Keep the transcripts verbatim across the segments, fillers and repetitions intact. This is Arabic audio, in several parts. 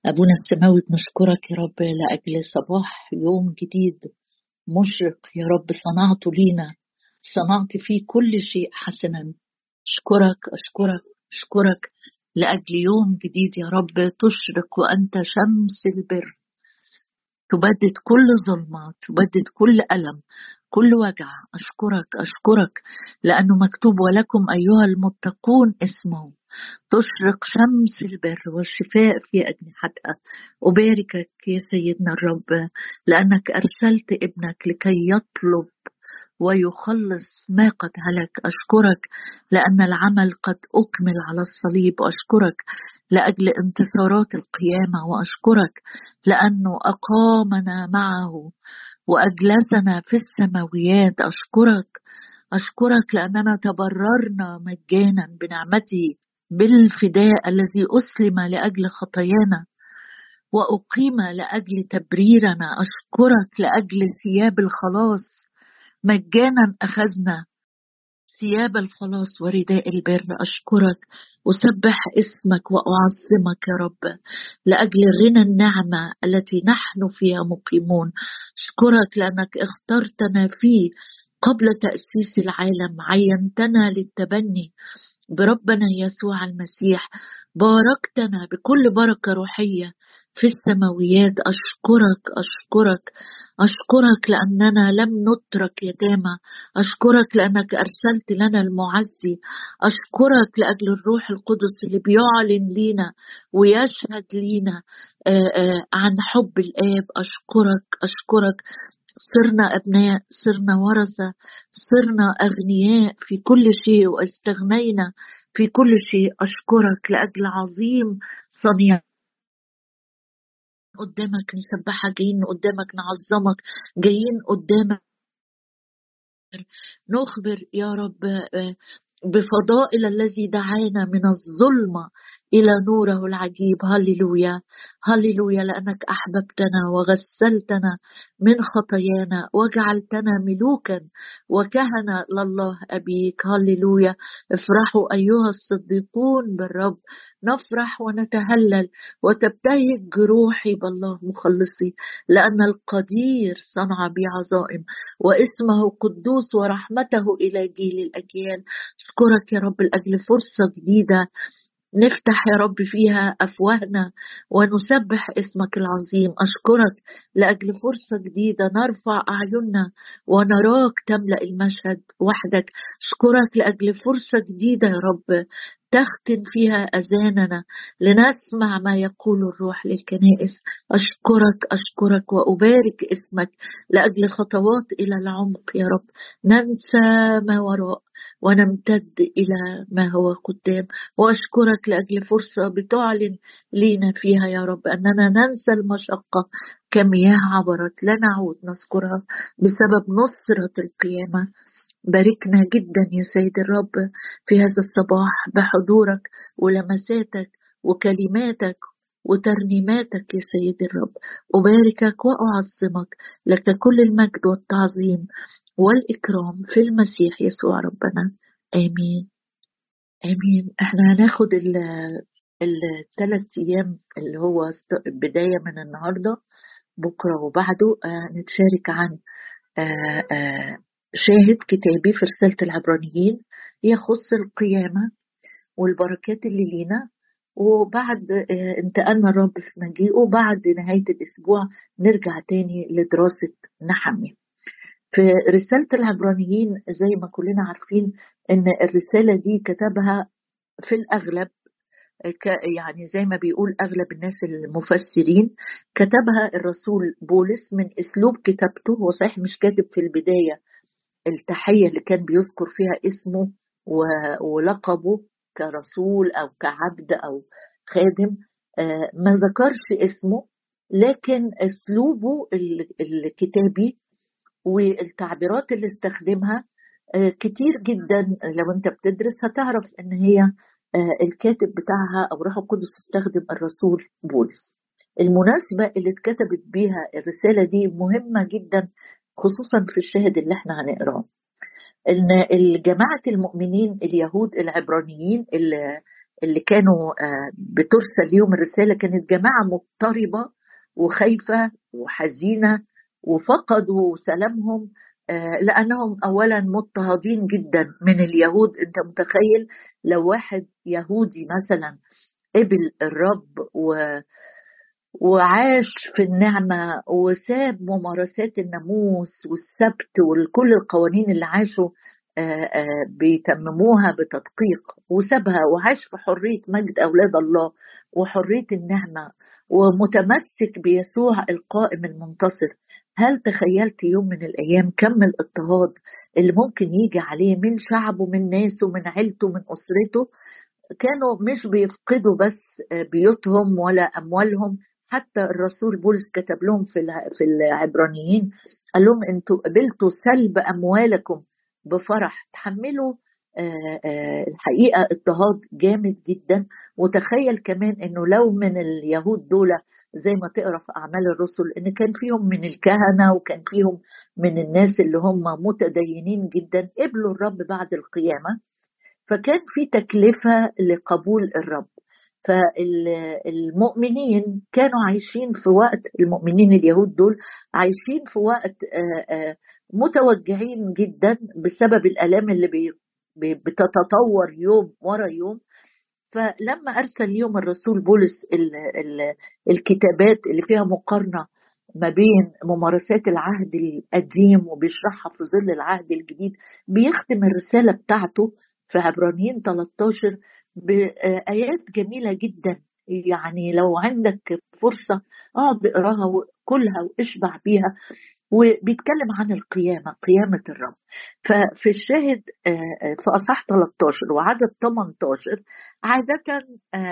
أبونا السماوي بنشكرك يا رب لأجل صباح يوم جديد مشرق يا رب صنعته لينا. صنعت فيه كل شيء حسنا. أشكرك أشكرك أشكرك لأجل يوم جديد يا رب تشرق وأنت شمس البر، تبدد كل ظلمة، تبدد كل ألم، كل وجع. أشكرك أشكرك لأنه مكتوب ولكم أيها المتقون اسمه تشرق شمس البر والشفاء في أجنحتها. أباركك يا سيدنا الرب لأنك أرسلت ابنك لكي يطلب ويخلص ما قد هلك. أشكرك لأن العمل قد أكمل على الصليب. أشكرك لأجل انتصارات القيامة، وأشكرك لأنه أقامنا معه وأجلسنا في السماويات. أشكرك أشكرك لأننا تبررنا مجانا بنعمته بالفداء الذي أسلم لأجل خطايانا وأقيم لأجل تبريرنا. أشكرك لأجل ثياب الخلاص، مجانا أخذنا ثياب الخلاص ورداء البر. أشكرك أسبح اسمك وأعظمك يا رب لأجل غنى النعمة التي نحن فيها مقيمون. أشكرك لأنك اخترتنا فيه قبل تأسيس العالم، عينتنا للتبني بربنا يسوع المسيح، باركتنا بكل بركة روحية في السماويات. أشكرك أشكرك أشكرك لأننا لم نترك يتامى. أشكرك لأنك أرسلت لنا المعزي. أشكرك لأجل الروح القدس اللي بيعلن لينا ويشهد لينا آآ آآ عن حب الآب. أشكرك أشكرك صرنا أبناء، صرنا ورثة، صرنا أغنياء في كل شيء واستغنينا في كل شيء. أشكرك لأجل عظيم صنيع. قدامك نسبحك، جايين قدامك نعظمك، جايين قدامك نخبر يا رب بفضائل الذي دعانا من الظلمة إلى نوره العجيب. هللويا هللويا لأنك أحببتنا وغسلتنا من خطايانا وجعلتنا ملوكا وكهنة لله أبيك. هللويا. افرحوا أيها الصديقون بالرب، نفرح ونتهلل وتبتهج جروحي بالله مخلصي، لأن القدير صنع بي عظائم واسمه قدوس ورحمته إلى جيل الأجيال. أشكرك يا رب لأجل فرصة جديدة نفتح يا رب فيها أفواهنا ونسبح اسمك العظيم. أشكرك لأجل فرصة جديدة نرفع أعيننا ونراك تملأ المشهد وحدك. أشكرك لأجل فرصة جديدة يا رب تختن فيها أذاننا لنسمع ما يقول الروح للكنائس. أشكرك أشكرك وأبارك اسمك لأجل خطوات إلى العمق يا رب، ننسى ما وراء ونمتد إلى ما هو قدام. وأشكرك لأجل فرصة بتعلن لينا فيها يا رب أننا ننسى المشقة كمياه عبرت، لا نعود نذكرها بسبب نصرة القيامة. باركنا جدا يا سيد الرب في هذا الصباح بحضورك ولمساتك وكلماتك وترنيماتك يا سيد الرب. أباركك وأعظمك، لك كل المجد والتعظيم والإكرام في المسيح يسوع ربنا. آمين آمين. احنا هناخد الثلاث أيام اللي هو بداية من النهاردة بكرة وبعده، آه نتشارك عن آه آه شاهد كتابي في رسالة العبرانيين يخص القيامة والبركات اللي لينا. وبعد آه انتقلنا الرب في مجيئه بعد نهاية الأسبوع نرجع تاني لدراسة نحمية. في رسالة العبرانيين زي ما كلنا عارفين ان الرسالة دي كتبها في الأغلب، يعني زي ما بيقول أغلب الناس المفسرين، كتبها الرسول بولس من أسلوب كتابته. هو صحيح مش كاتب في البداية التحية اللي كان بيذكر فيها اسمه ولقبه كرسول أو كعبد أو خادم، ما ذكرش اسمه، لكن أسلوبه الكتابي والتعبيرات اللي استخدمها كتير جدا. لو انت بتدرس هتعرف ان هي الكاتب بتاعها او روح القدس استخدم الرسول بولس. المناسبة اللي اتكتبت بيها الرسالة دي مهمة جدا، خصوصا في الشاهد اللي احنا هنقراه، ان الجماعة المؤمنين اليهود العبرانيين اللي اللي كانوا بترسل ليهم الرسالة كانت جماعة مضطربة وخايفة وحزينة وفقدوا سلامهم، لأنهم أولا مضطهدين جدا من اليهود. أنت متخيل لو واحد يهودي مثلا قبل الرب و وعاش في النعمة وساب ممارسات الناموس والسبت وكل القوانين اللي عاشوا بيتمموها بتدقيق، وسابها وعاش في حرية مجد أولاد الله وحرية النعمة ومتمسك بيسوع القائم المنتصر. هل تخيلت يوم من الأيام كم الاضطهاد اللي ممكن يجي عليه من شعبه، من ناسه، من عيلته، من أسرته؟ كانوا مش بيفقدوا بس بيوتهم ولا أموالهم. حتى الرسول بولس كتب لهم في في العبرانيين، قال لهم انتوا قبلتوا سلب أموالكم بفرح، تحملوا الحقيقة اضطهاد جامد جدا. وتخيل كمان انه لو من اليهود دول زي ما تقرأ في أعمال الرسل ان كان فيهم من الكهنة وكان فيهم من الناس اللي هم متدينين جدا قبلوا الرب بعد القيامة، فكان في تكلفة لقبول الرب. فالمؤمنين كانوا عايشين في وقت، المؤمنين اليهود دول عايشين في وقت متوجعين جدا بسبب الآلام اللي بتتطور يوم ورا يوم. فلما أرسل ليهم الرسول بولس الكتابات اللي فيها مقارنة ما بين ممارسات العهد القديم وبيشرحها في ظل العهد الجديد، بيختم الرسالة بتاعته في عبرانيين ثلاثة عشر بآيات جميلة جدا. يعني لو عندك فرصة اقعد اقراها وكلها واشبع بيها، وبيتكلم عن القيامة، قيامة الرب. ففي الشاهد في أصحاح ثلاثة عشر وعدد ثمانية عشر عادة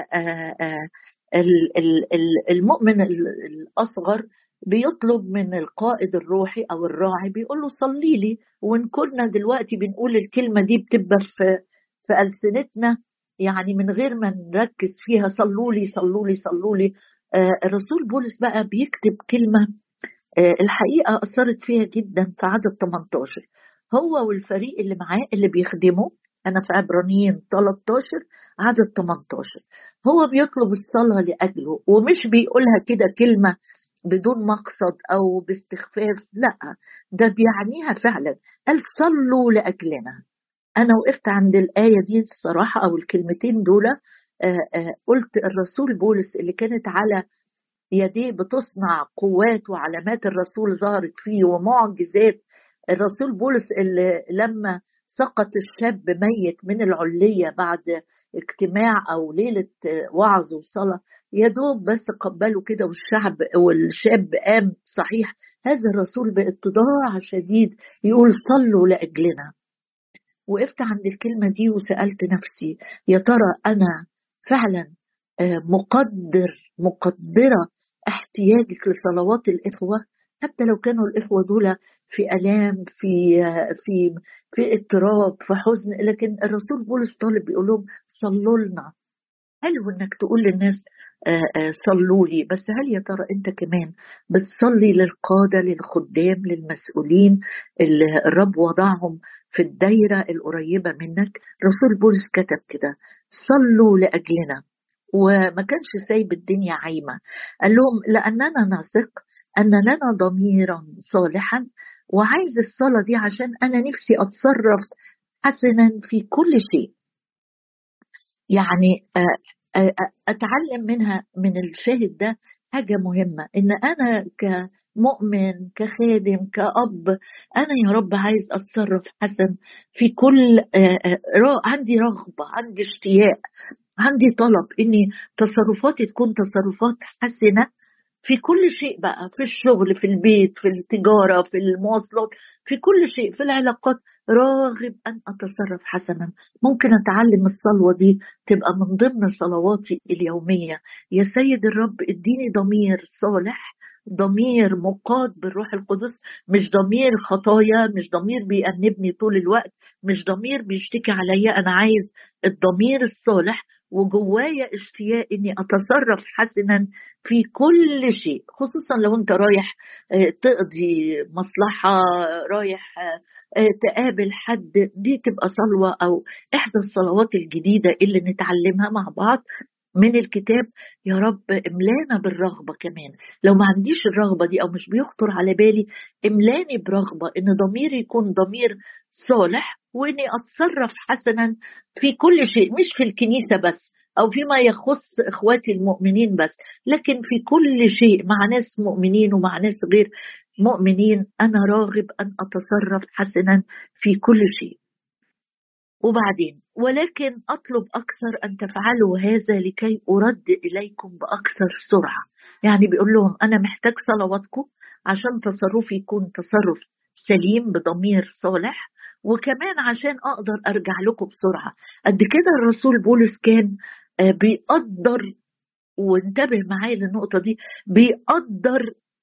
المؤمن الأصغر بيطلب من القائد الروحي أو الراعي، بيقول له صلي لي. وإن كنا دلوقتي بنقول الكلمة دي بتبقى في في ألسنتنا يعني من غير ما نركز فيها، صلوا لي صلوا لي صلوا لي. الرسول بولس بقى بيكتب كلمة الحقيقة أثرت فيها جدا في عدد ثمانية عشر، هو والفريق اللي معاه اللي بيخدمه. أنا في عبرانيين ثلاثة عشر عدد ثمانية عشر هو بيطلب الصلاة لأجله، ومش بيقولها كده كلمة بدون مقصد أو باستخفاف، لا ده بيعنيها فعلا. قال صلوا لأجلنا. أنا وقفت عند الآية دي الصراحة أو الكلمتين دول، قلت الرسول بولس اللي كانت على يديه بتصنع قوات وعلامات الرسول ظهرت فيه ومعجزات. الرسول بولس اللي لما سقط الشاب ميت من العلية بعد اجتماع أو ليلة وعظ وصلاة، يدوب بس قبله كده والشعب والشاب قام صحيح. هذا الرسول باتضاع شديد يقول صلوا لأجلنا. وقفت عند الكلمة دي وسألت نفسي يا ترى أنا فعلا مقدر مقدرة احتياجك لصلوات الإخوة، حتى لو كانوا الإخوة دول في ألام، في في في اضطراب، في حزن، لكن الرسول بولس طالب بيقول لهم صلوا لنا. حلو انك تقول للناس صلوا لي، بس هل يا ترى انت كمان بتصلي للقادة، للخدام، للمسؤولين اللي الرب وضعهم في الدايرة القريبة منك؟ رسول بولس كتب كده صلوا لأجلنا، وما كانش سايب الدنيا عايمة. قال لهم لأننا نثق أن لنا ضميرا صالحا، وعايز الصلاة دي عشان أنا نفسي أتصرف حسنا في كل شيء. يعني أتعلم منها من الشاهد ده حاجة مهمة، إن أنا كمؤمن كخادم كأب أنا يا رب عايز أتصرف حسن في كل، عندي رغبة، عندي اشتياق، عندي طلب إني تصرفاتي تكون تصرفات حسنة في كل شيء بقى، في الشغل، في البيت، في التجارة، في المواصلات، في كل شيء، في العلاقات، راغب أن أتصرف حسنا. ممكن أتعلم الصلوة دي تبقى من ضمن صلواتي اليومية. يا سيد الرب اديني ضمير صالح، ضمير مقاد بالروح القدس، مش ضمير خطايا، مش ضمير بيأنبني طول الوقت، مش ضمير بيشتكي عليا. أنا عايز الضمير الصالح وجوايا اشتياق اني اتصرف حسنا في كل شيء، خصوصا لو انت رايح تقضي مصلحة، رايح تقابل حد. دي تبقى صلوة او احدى الصلوات الجديدة اللي نتعلمها مع بعض من الكتاب. يا رب املانا بالرغبة كمان، لو ما عنديش الرغبة دي او مش بيخطر على بالي، املاني برغبة ان ضميري يكون ضمير صالح، واني اتصرف حسنا في كل شيء، مش في الكنيسة بس او فيما يخص اخواتي المؤمنين بس، لكن في كل شيء مع ناس مؤمنين ومع ناس غير مؤمنين. انا راغب ان اتصرف حسنا في كل شيء. وبعدين ولكن أطلب أكثر أن تفعلوا هذا لكي أرد إليكم بأكثر سرعة. يعني بيقول لهم أنا محتاج صلواتكم عشان تصرفي يكون تصرف سليم بضمير صالح، وكمان عشان أقدر أرجع لكم بسرعة. قد كده الرسول بولس كان بيقدر، وانتبه معايا للنقطة دي، بيقدر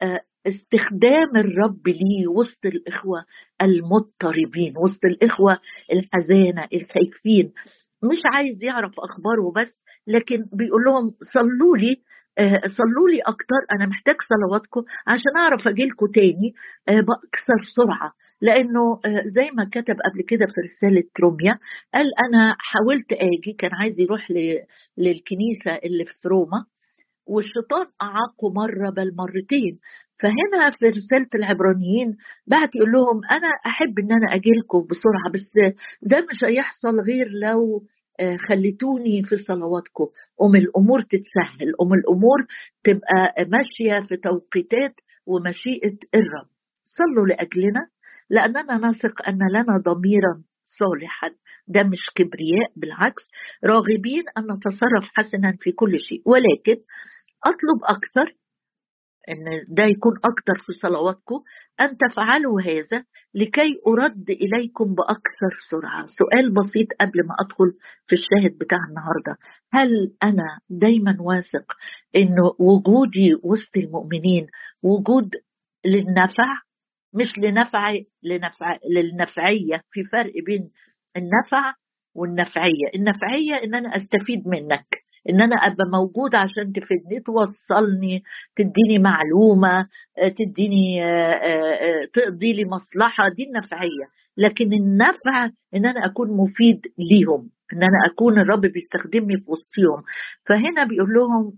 استخدام الرب ليه وسط الإخوة المضطربين، وسط الإخوة الحزانة الخايفين. مش عايز يعرف أخباره بس، لكن بيقول لهم صلوا لي، صلوا لي أكتر، أنا محتاج صلواتكم عشان أعرف أجيلكم تاني بأكثر سرعة. لأنه زي ما كتب قبل كده في رسالة روميا، قال أنا حاولت أجي، كان عايز يروح للكنيسة اللي في روما، والشيطان أعاقه مرة بل مرتين. فهنا في رسالة العبرانيين بعد يقول لهم أنا أحب أن أنا أجيلكم بسرعة، بس ده مش هيحصل غير لو خليتوني في صلواتكم، أم الأمور تتسهل، أم الأمور تبقى ماشية في توقيتات ومشيئة الرب. صلوا لأجلنا لأننا نثق أن لنا ضميرا صالحا، ده مش كبرياء، بالعكس راغبين أن نتصرف حسنا في كل شيء. ولكن أطلب أكثر، أن ده يكون أكثر في صلواتكم، أن تفعلوا هذا لكي أرد إليكم بأكثر سرعة. سؤال بسيط قبل ما أدخل في الشاهد بتاع النهاردة: هل أنا دايما واثق أنه وجودي وسط المؤمنين وجود للنفع، مش لنفع لنفع للنفعية؟ في فرق بين النفع والنفعية. النفعية إن أنا أستفيد منك، إن أنا أبقى موجود عشان تفيدني، توصلني، تديني معلومة، تديني تقضي لي مصلحة، دي النفعية. لكن النفع إن أنا أكون مفيد ليهم، إن أنا أكون الرب بيستخدمني في وسطهم. فهنا بيقول لهم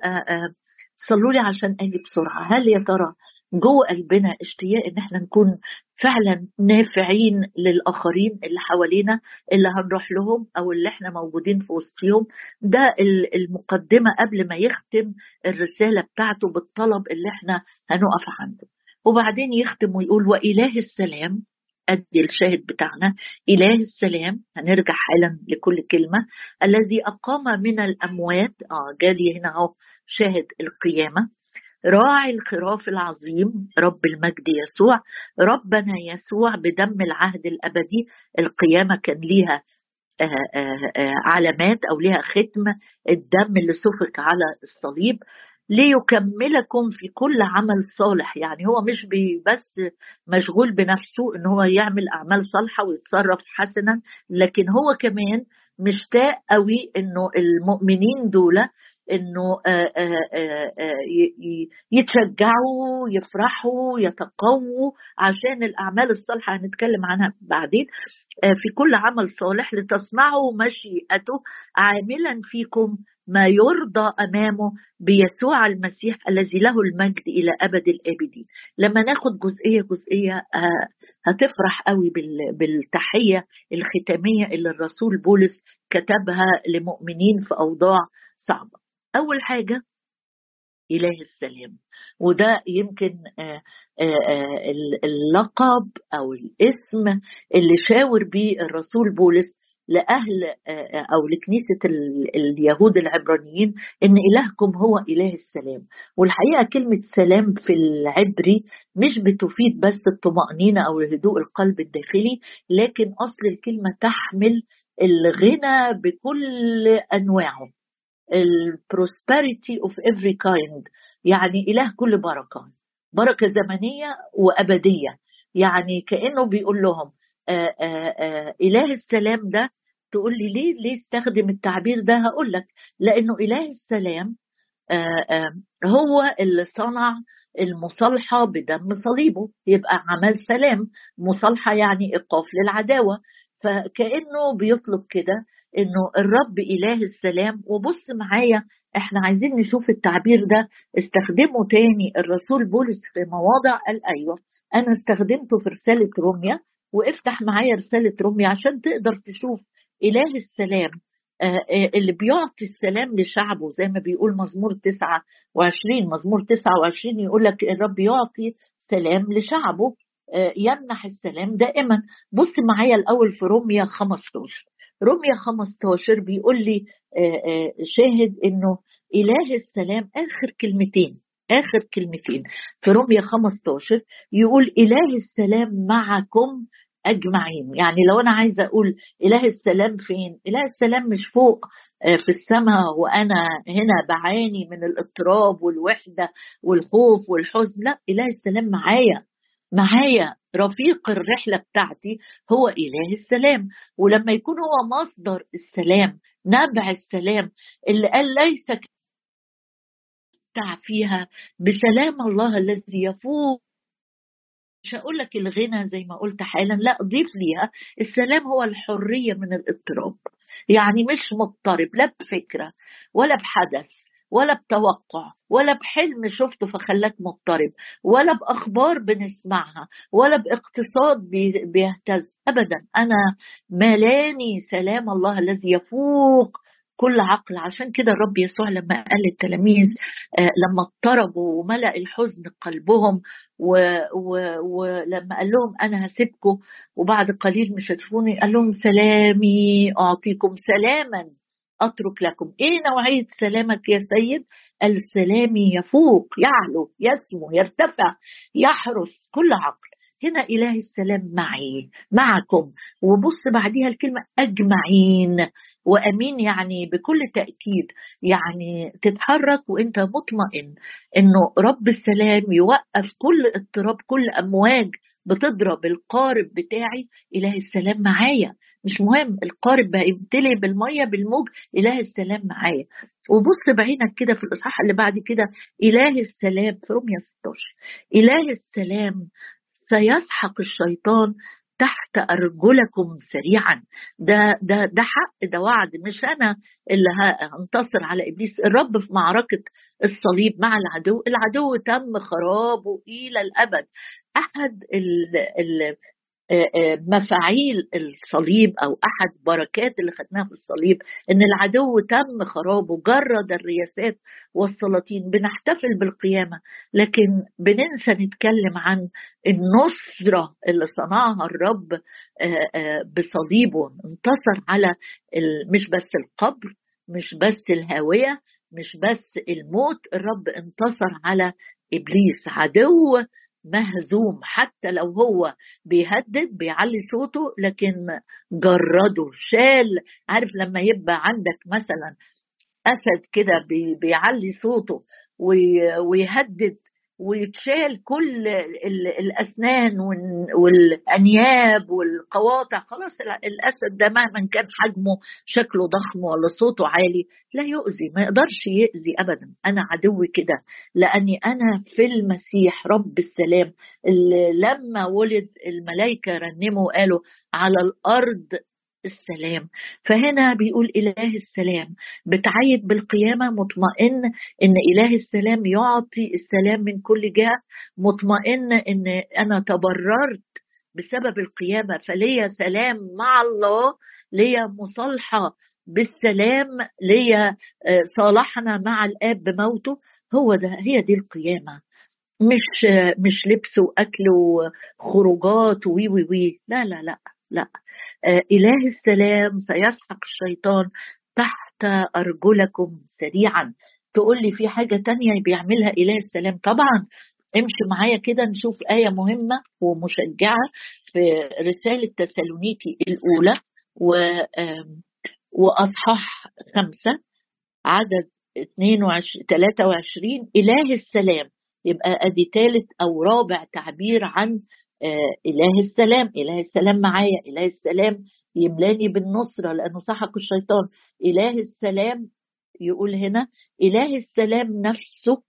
صلوا لي عشان أجي بسرعة. هل يا ترى جوه قلبنا اشتياق ان احنا نكون فعلا نافعين للآخرين اللي حوالينا، اللي هنروح لهم او اللي احنا موجودين في وسطهم؟ ده المقدمة قبل ما يختم الرسالة بتاعته بالطلب اللي احنا هنقف عنده. وبعدين يختم ويقول وإله السلام، أدي الشاهد بتاعنا، إله السلام، هنرجع حالا لكل كلمة، الذي أقام من الأموات، آه جالي هنا اهو شاهد القيامة، راعي الخراف العظيم، رب المجد يسوع، ربنا يسوع بدم العهد الأبدي. القيامة كان ليها آآ آآ علامات أو ليها ختم، الدم اللي سفك على الصليب، ليكملكم في كل عمل صالح. يعني هو مش بس مشغول بنفسه إن هو يعمل أعمال صالحة ويتصرف حسنا، لكن هو كمان مشتاق قوي إنه المؤمنين دول إنه آآ آآ يتشجعوا، يفرحوا، يتقووا عشان الأعمال الصالحة هنتكلم عنها بعدين. في كل عمل صالح لتصنعوا مشيئته، عاملا فيكم ما يرضى أمامه بيسوع المسيح الذي له المجد إلى أبد الآبدين. لما ناخد جزئية جزئية هتفرح قوي بالتحية الختامية اللي الرسول بولس كتبها لمؤمنين في أوضاع صعبة. أول حاجة إله السلام، وده يمكن اللقب أو الاسم اللي شاور بيه الرسول بولس لأهل أو لكنيسة اليهود العبرانيين إن إلهكم هو إله السلام. والحقيقة كلمة سلام في العبري مش بتفيد بس الطمأنينة أو هدوء القلب الداخلي، لكن أصل الكلمة تحمل الغنى بكل أنواعه، prosperity of every kind، يعني إله كل بركة، بركة زمنية وأبدية. يعني كأنه بيقول لهم آآ آآ إله السلام ده تقول لي ليه ليه استخدم التعبير ده؟ هقول لك لأنه إله السلام آه، آه، هو اللي صنع المصالحة بدم صليبه، يبقى عمل سلام. مصالحة يعني إيقاف للعداوة. فكأنه بيطلب كده إنه الرب إله السلام. وبص معايا، إحنا عايزين نشوف التعبير ده استخدمه تاني الرسول بولس في مواضع. قال أيوة، أنا استخدمته في رسالة روميا. وافتح معايا رسالة روميا عشان تقدر تشوف إله السلام اللي بيعطي السلام لشعبه، زي ما بيقول مزمور تسعة وعشرين. مزمور تسعة وعشرين يقول لك الرب يعطي سلام لشعبه، يمنح السلام دائما. بص معايا الأول في روميا خمستاشر. روميا خمستاشر بيقول لي شاهد إنه إله السلام، آخر كلمتين آخر كلمتين في روميا خمستاشر يقول إله السلام معكم أجمعين. يعني لو أنا عايزة أقول إله السلام فين؟ إله السلام مش فوق في السماء وأنا هنا بعاني من الاضطراب والوحدة والخوف والحزن. لا، إله السلام معايا معايا رفيق الرحلة بتاعتي هو إله السلام. ولما يكون هو مصدر السلام، نبع السلام اللي قال ليس فيها بسلام الله الذي يفوق. مش هقول لك الغنى زي ما قلت حالا، لا، ضيف ليها السلام هو الحرية من الاضطراب. يعني مش مضطرب لا بفكرة ولا بحدث ولا بتوقع ولا بحلم شفته فخلاك مضطرب ولا بأخبار بنسمعها ولا باقتصاد بيهتز أبدا. أنا ملاني سلام الله الذي يفوق كل عقل. عشان كده الرب يسوع لما قال للتلاميذ آه لما اضطربوا وملأ الحزن قلبهم ولما قال لهم أنا هسيبكم وبعد قليل مش هتشوفوني، قال لهم سلامي أعطيكم، سلاما أترك لكم. إيه نوعية سلامك يا سيد؟ السلام يفوق، يعلو، يسمو، يرتفع، يحرس كل عقل. هنا إله السلام معي معكم. وبص بعديها الكلمة أجمعين وأمين، يعني بكل تأكيد، يعني تتحرك وإنت مطمئن إنه رب السلام يوقف كل اضطراب، كل أمواج بتضرب القارب بتاعي. إله السلام معايا، مش مهم القارب بقى يمتلي بالمية بالموج، إله السلام معايا. وبص بعينك كده في الإصحاح اللي بعد كده، إله السلام في روميا ستاشر، إله السلام سيسحق الشيطان تحت أرجلكم سريعا. ده ده ده حق، ده وعد، مش أنا اللي هنتصر على إبليس. الرب في معركة الصليب مع العدو، العدو تم خرابه إلى الأبد. أحد ال ال مفاعيل الصليب أو أحد بركات اللي خدناها في الصليب إن العدو تم خرابه، جرد الرياسات والسلاطين. بنحتفل بالقيامة لكن بننسى نتكلم عن النصرة اللي صنعها الرب بصليبه. انتصر على مش بس القبر، مش بس الهاوية، مش بس الموت، الرب انتصر على إبليس، عدو مهزوم. حتى لو هو بيهدد بيعلي صوته لكن جرده، شال. عارف لما يبقى عندك مثلا أسد كده بيعلي صوته ويهدد ويتشال كل الأسنان والأنياب والقواطع، خلاص الأسد ده مهما كان حجمه شكله ضخم ولا صوته عالي لا يؤذي، ما يقدرش يؤذي أبدا. أنا عدوي كده لأني أنا في المسيح رب السلام اللي لما ولد الملائكة رنموا وقالوا على الأرض السلام. فهنا بيقول إله السلام بتعيد بالقيامة، مطمئن إن إله السلام يعطي السلام من كل جهة، مطمئن إن أنا تبررت بسبب القيامة فليا سلام مع الله، ليا مصالحة بالسلام، ليا صالحنا مع الآب بموته. هو ده، هي دي القيامة، مش مش لبس وأكل وخروجات وي وي وي لا لا لا لا. إله السلام سيسحق الشيطان تحت أرجلكم سريعا. تقول لي في حاجة تانية بيعملها إله السلام؟ طبعا. امشي معايا كده نشوف آية مهمة ومشجعة في رسالة تسالونيكي الأولى وأصحاح خمسة عدد اثنين وعشرين ثلاثة وعشرين. إله السلام يبقى أدي ثالث أو رابع تعبير عن آه إله السلام. إله السلام معايا، إله السلام يملاني بالنصرة لأنه سحق الشيطان. إله السلام يقول هنا إله السلام نفسه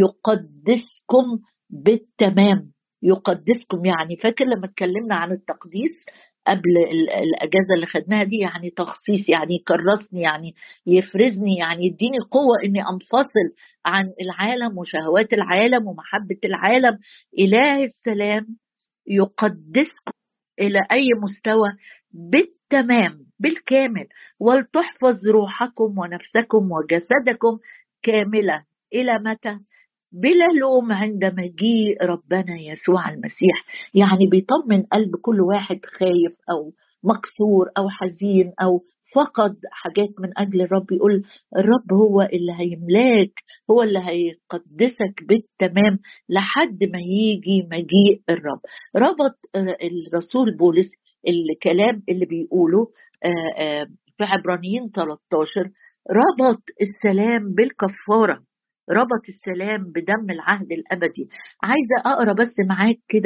يقدسكم بالتمام. يقدسكم يعني فاكر لما اتكلمنا عن التقديس قبل الأجازة اللي خدناها دي، يعني تخصيص، يعني يكرسني، يعني يفرزني، يعني يديني قوة إني أنفصل عن العالم وشهوات العالم ومحبة العالم. إله السلام يقدسكم إلى أي مستوى؟ بالتمام، بالكامل. ولتحفظ روحكم ونفسكم وجسدكم كاملة إلى متى؟ بلا لوم عند مجيء ربنا يسوع المسيح. يعني بيطمن قلب كل واحد خايف أو مكسور أو حزين أو فقد حاجات من أجل الرب. يقول الرب هو اللي هيملاك، هو اللي هيقدسك بالتمام لحد ما يجي مجيء الرب. ربط الرسول بولس الكلام اللي بيقوله في عبرانيين ثلاثة عشر، ربط السلام بالكفارة، ربط السلام بدم العهد الأبدي. عايزة أقرأ بس معاك كده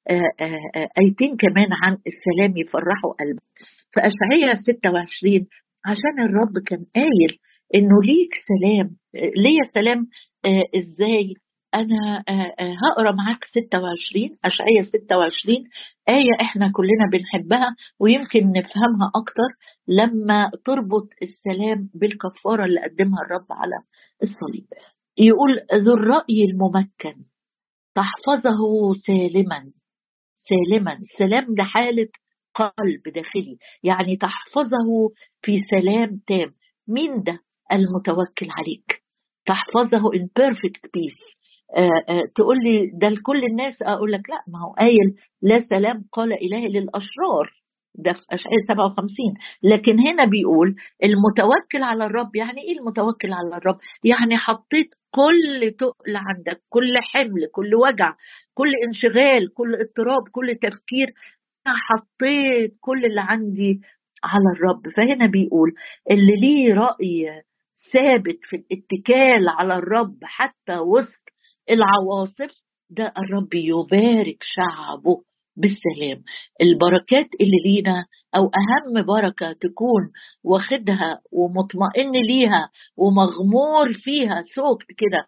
آيتين كمان عن السلام يفرحوا قلبك. في أشعياء ستة وعشرين، عشان الرب كان قايل إنه ليك سلام، ليا سلام. آه إزاي؟ أنا آه آه هقرأ معاك ستة وعشرين، أشعياء ستة وعشرين، آية إحنا كلنا بنحبها ويمكن نفهمها أكتر لما تربط السلام بالكفارة اللي قدمها الرب على الصليب. يقول ذو الرأي الممكن تحفظه سالما. سالما، السلام ده حالة قلب داخلي، يعني تحفظه في سلام تام. مين ده؟ المتوكل عليك. تحفظه in perfect peace. آه آه تقول لي ده لكل الناس، أقول لك لا، ما هو قايل لا سلام قال إلهي للأشرار، ده في أشعياء سبعة وخمسين. لكن هنا بيقول المتوكل على الرب. يعني إيه المتوكل على الرب؟ يعني حطيت كل تقل عندك، كل حمل، كل وجع، كل انشغال، كل اضطراب، كل تفكير، أنا حطيت كل اللي عندي على الرب. فهنا بيقول اللي ليه رأي ثابت في الاتكال على الرب حتى وسط العواصف، ده الرب يبارك شعبه بالسلام. البركات اللي لينا أو أهم بركة تكون واخدها ومطمئن ليها ومغمور فيها، سوكت كده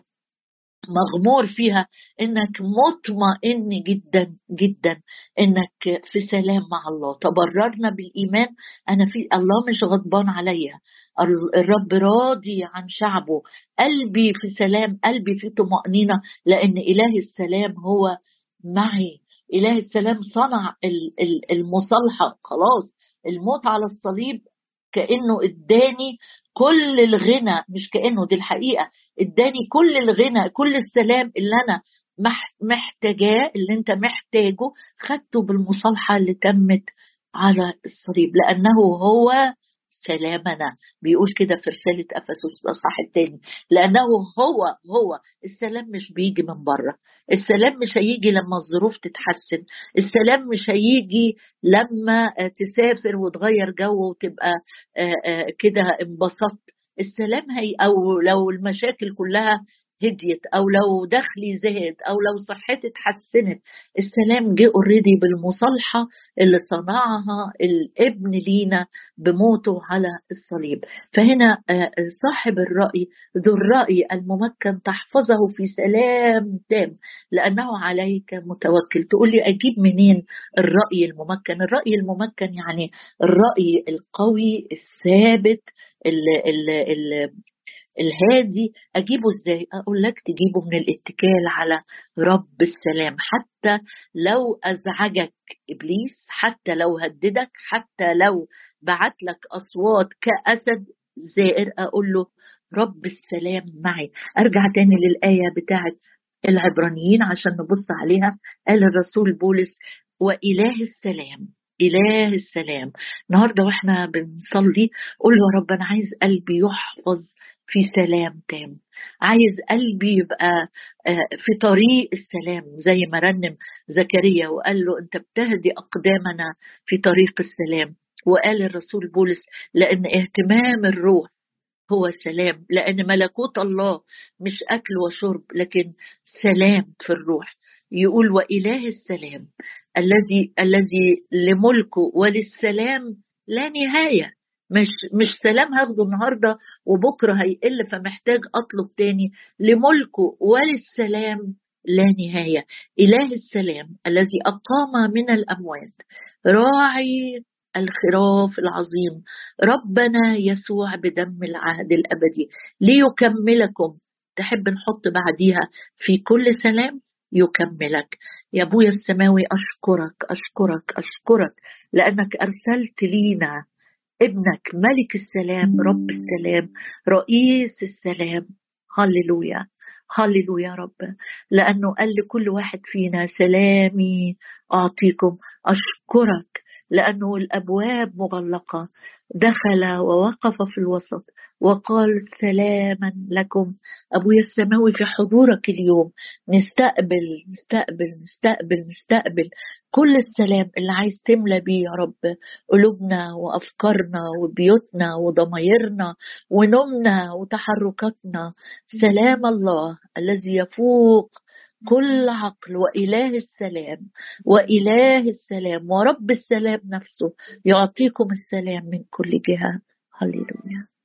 مغمور فيها، انك مطمئن جدا جدا انك في سلام مع الله. تبررنا بالايمان، انا في الله مش غضبان عليا، الرب راضي عن شعبه، قلبي في سلام، قلبي في طمأنينة، لان اله السلام هو معي. اله السلام صنع المصالحة، خلاص الموت على الصليب كأنه اداني كل الغنى، مش كأنه، دي الحقيقة، اداني كل الغنى، كل السلام اللي انا محتاجاه، اللي انت محتاجه، خدته بالمصالحة اللي تمت على الصليب، لأنه هو سلامنا. بيقول كده في رسالة أفسس الأصحاح الثاني، لأنه هو هو السلام مش بيجي من بره. السلام مش هيجي لما الظروف تتحسن، السلام مش هيجي لما تسافر وتغير جو وتبقى كده انبسطت. السلام هي أو لو المشاكل كلها هديت، او لو دخلي زهد، او لو صحتي اتحسنت. السلام جه اوريدي بالمصالحه اللي صنعها الابن لينا بموته على الصليب. فهنا صاحب الرأي، ذو الرأي الممكن تحفظه في سلام تام لأنه عليك متوكل. تقول لي أجيب منين الرأي الممكن؟ الرأي الممكن يعني الرأي القوي الثابت اللي الهادي. أجيبه إزاي؟ أقول لك تجيبه من الاتكال على رب السلام. حتى لو أزعجك إبليس، حتى لو هددك، حتى لو بعت لك أصوات كأسد زائر، أقول له رب السلام معي. أرجع تاني للآية بتاعت العبرانيين عشان نبص عليها. قال الرسول بولس وإله السلام، إله السلام. النهاردة وإحنا بنصلي قول له يا رب أنا عايز قلبي يحفظ في سلام تام، عايز قلبي يبقى في طريق السلام، زي ما رنم زكريا وقال له أنت بتهدي أقدامنا في طريق السلام. وقال الرسول بولس لأن اهتمام الروح هو سلام، لأن ملكوت الله مش أكل وشرب لكن سلام في الروح. يقول وإله السلام الذي الذي لملكه وللسلام لا نهاية. مش مش سلام هاخده النهارده وبكره هيقل فمحتاج اطلب تاني. لملكه وللسلام لا نهاية. إله السلام الذي أقام من الأموات راعي الخراف العظيم ربنا يسوع بدم العهد الأبدي ليكملكم. تحب نحط بعديها في كل سلام يكملك. يا أبويا السماوي أشكرك أشكرك أشكرك لأنك أرسلت لينا ابنك ملك السلام رب السلام رئيس السلام. هللويا هللويا يا رب، لأنه قال لكل واحد فينا سلامي أعطيكم. أشكرك لأنه الأبواب مغلقة، دخل ووقف في الوسط وقال سلاما لكم. أبويا السماوي في حضورك اليوم نستقبل نستقبل نستقبل نستقبل كل السلام اللي عايز تملى بيه يا رب قلوبنا وأفكارنا وبيوتنا وضمايرنا ونومنا وتحركاتنا. سلام الله الذي يفوق كل عقل وإله السلام وإله السلام ورب السلام نفسه يعطيكم السلام من كل جهة. هللويا.